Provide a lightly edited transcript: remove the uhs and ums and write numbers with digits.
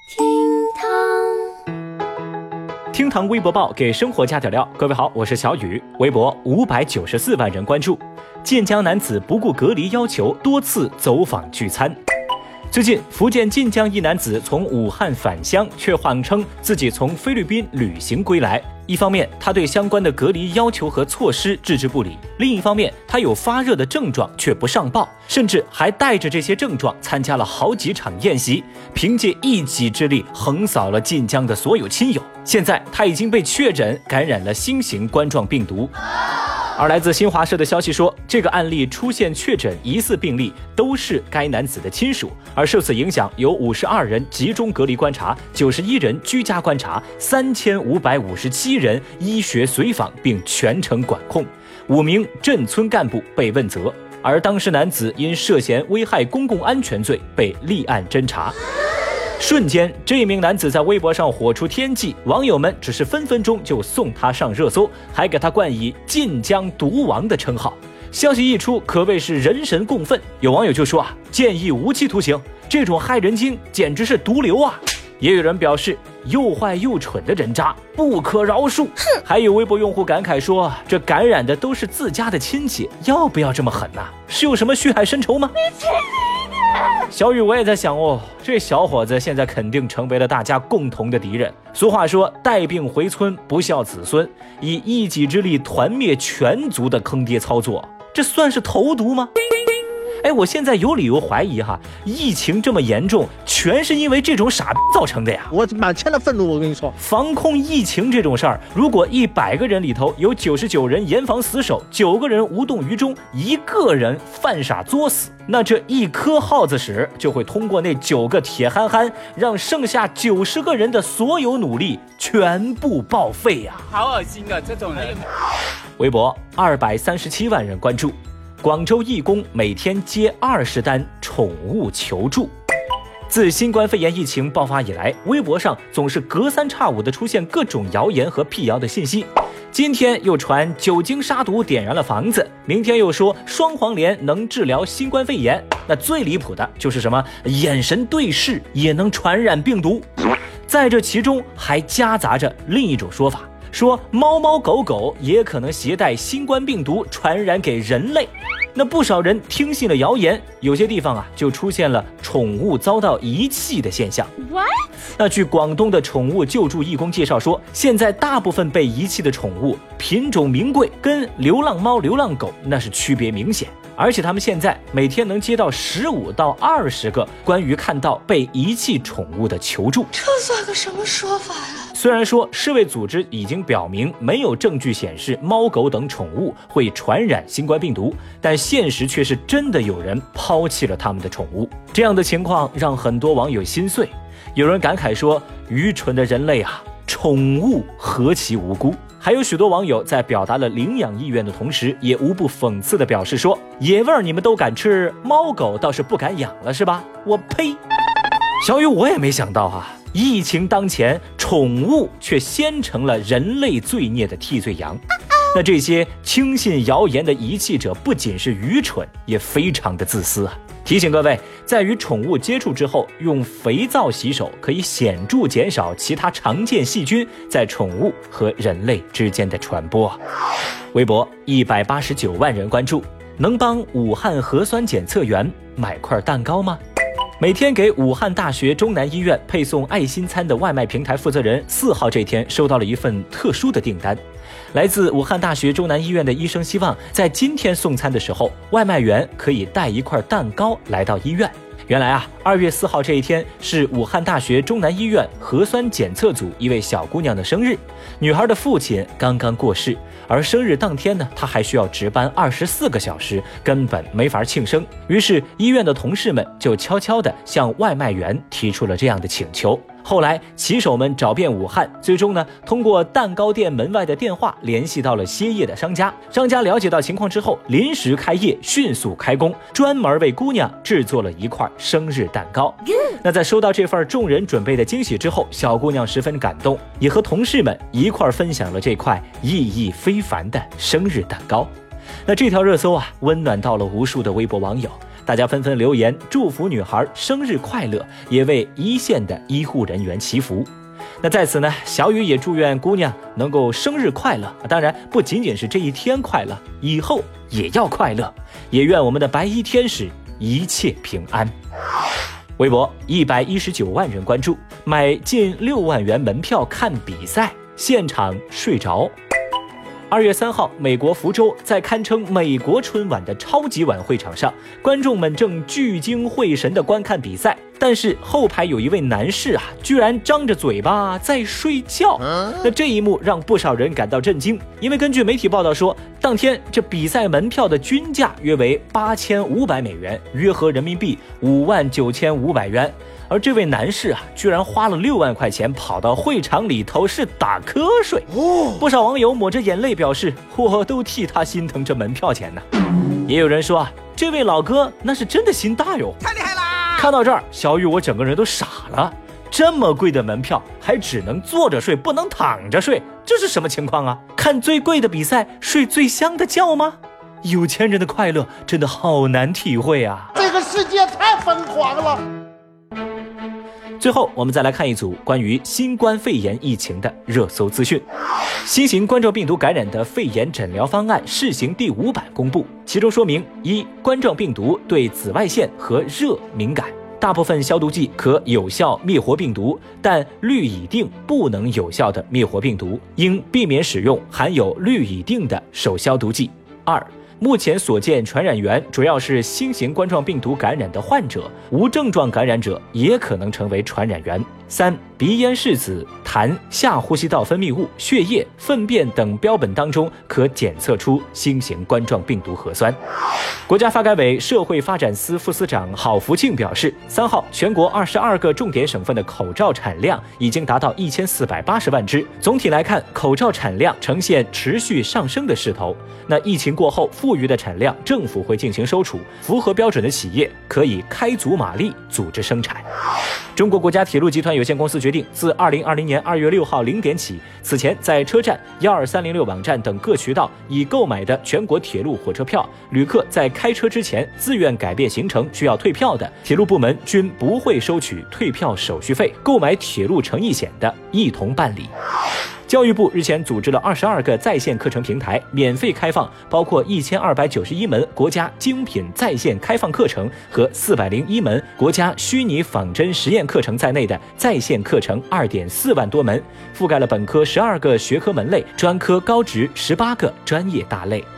厅堂微博报给生活加点料。各位好，我是小雨，微博594万人关注。晋江男子不顾隔离要求，多次走访聚餐。最近，福建晋江一男子从武汉返乡，却谎称自己从菲律宾旅行归来。一方面，他对相关的隔离要求和措施置之不理；另一方面，他有发热的症状却不上报，甚至还带着这些症状参加了好几场宴席，凭借一己之力横扫了晋江的所有亲友。现在，他已经被确诊感染了新型冠状病毒。而来自新华社的消息说，这个案例出现确诊疑似病例都是该男子的亲属，而受此影响，有52人集中隔离观察，91人居家观察，3557人医学随访并全程管控，5名镇村干部被问责，而当事男子因涉嫌危害公共安全罪被立案侦查。瞬间，这名男子在微博上火出天际，网友们只是分分钟就送他上热搜，还给他冠以晋江毒王的称号。消息一出，可谓是人神共愤。有网友就说建议无期徒刑，这种害人精简直是毒瘤啊！也有人表示，又坏又蠢的人渣不可饶恕。还有微博用户感慨说，这感染的都是自家的亲戚，要不要这么狠啊？是有什么血海深仇吗？小雨，我也在想这小伙子现在肯定成为了大家共同的敌人。俗话说，带病回村不孝子孙，以一己之力团灭全族的坑爹操作，这算是投毒吗？我现在有理由怀疑疫情这么严重，全是因为这种傻逼造成的呀！ 我满腔的愤怒，我跟你说， 防控疫情这种事儿，如果100个人里头有99人严防死守，9个人无动于衷，1个人犯傻作死，那这一颗耗子屎就会通过那9个铁憨憨，让剩下90个人的所有努力全部报废呀！ 好恶心的这种人。 微博237万人关注。广州义工每天接20单宠物求助。自新冠肺炎疫情爆发以来，微博上总是隔三差五地出现各种谣言和辟谣的信息。今天又传酒精杀毒点燃了房子，明天又说双黄连能治疗新冠肺炎。那最离谱的就是什么眼神对视也能传染病毒，在这其中还夹杂着另一种说法，说猫猫狗狗也可能携带新冠病毒传染给人类。那不少人听信了谣言，有些地方就出现了宠物遭到遗弃的现象。那据广东的宠物救助义工介绍说，现在大部分被遗弃的宠物品种名贵，跟流浪猫、流浪狗那是区别明显。而且他们现在每天能接到15到20个关于看到被遗弃宠物的求助。 这算个什么说法呀？ 虽然说世卫组织已经表明没有证据显示猫狗等宠物会传染新冠病毒，但现实却是真的有人抛弃了他们的宠物。这样的情况让很多网友心碎，有人感慨说，愚蠢的人类宠物何其无辜。还有许多网友在表达了领养意愿的同时，也无不讽刺地表示说，野味你们都敢吃，猫狗倒是不敢养了是吧？我呸！小雨，我也没想到疫情当前，宠物却先成了人类罪孽的替罪羊。那这些轻信谣言的遗弃者不仅是愚蠢，也非常的自私提醒各位，在与宠物接触之后，用肥皂洗手可以显著减少其他常见细菌在宠物和人类之间的传播。微博189万人关注，能帮武汉核酸检测员买块蛋糕吗？每天给武汉大学中南医院配送爱心餐的外卖平台负责人4号这天收到了一份特殊的订单。来自武汉大学中南医院的医生希望在今天送餐的时候，外卖员可以带一块蛋糕来到医院。原来2月4号这一天是武汉大学中南医院核酸检测组一位小姑娘的生日，女孩的父亲刚刚过世，而生日当天呢，她还需要值班24个小时，根本没法庆生。于是医院的同事们就悄悄地向外卖员提出了这样的请求。后来骑手们找遍武汉，最终呢，通过蛋糕店门外的电话联系到了歇业的商家。商家了解到情况之后，临时开业，迅速开工，专门为姑娘制作了一块生日蛋糕。那在收到这份众人准备的惊喜之后，小姑娘十分感动，也和同事们一块分享了这块意义非凡的生日蛋糕。那这条热搜温暖到了无数的微博网友， 大家纷纷留言祝福女孩生日快乐，也为一线的医护人员祈福。那在此呢，小雨也祝愿姑娘能够生日快乐，当然不仅仅是这一天快乐，以后也要快乐，也愿我们的白衣天使一切平安。微博119万人关注，买近6万元门票看比赛，现场睡着。2月3号，美国福州在堪称美国春晚的超级晚会场上，观众们正聚精会神地观看比赛，但是后排有一位男士居然张着嘴巴在睡觉。那这一幕让不少人感到震惊，因为根据媒体报道说，当天这比赛门票的均价约为8500美元，约合人民币59500元。而这位男士居然花了6万块钱跑到会场里头是打瞌睡。不少网友抹着眼泪表示，我都替他心疼这门票钱呢。也有人说这位老哥那是真的心大哟，太厉害啦！看到这儿，小雨我整个人都傻了。这么贵的门票还只能坐着睡，不能躺着睡，这是什么情况啊？看最贵的比赛，睡最香的觉吗？有钱人的快乐真的好难体会啊！ 这个世界太疯狂了。 最后我们再来看一组关于新冠肺炎疫情的热搜资讯。新型冠状病毒感染的肺炎诊疗方案试行第5版公布，其中说明1，冠状病毒对紫外线和热敏感，大部分消毒剂可有效灭活病毒，但氯乙定不能有效的灭活病毒，应避免使用含有氯乙定的手消毒剂。2，目前所见传染源主要是新型冠状病毒感染的患者，无症状感染者也可能成为传染源。3，鼻咽拭子、痰、下呼吸道分泌物、血液、粪便等标本当中可检测出新型冠状病毒核酸。国家发改委社会发展司副司长郝福庆表示，3号全国22个重点省份的口罩产量已经达到1480万只，总体来看，口罩产量呈现持续上升的势头。那疫情过后，富余的产量政府会进行收储，符合标准的企业可以开足马力组织生产。中国国家铁路集团有限公司决定，自2020年2月6号0点起，此前在车站、12306网站等各渠道已购买的全国铁路火车票，旅客在开车之前自愿改变行程需要退票的，铁路部门均不会收取退票手续费，购买铁路乘意险的一同办理。教育部日前组织了22个在线课程平台，免费开放包括1291门国家精品在线开放课程和401门国家虚拟仿真实验课程在内的在线课程2.4万多门，覆盖了本科12个学科门类，专科高职18个专业大类。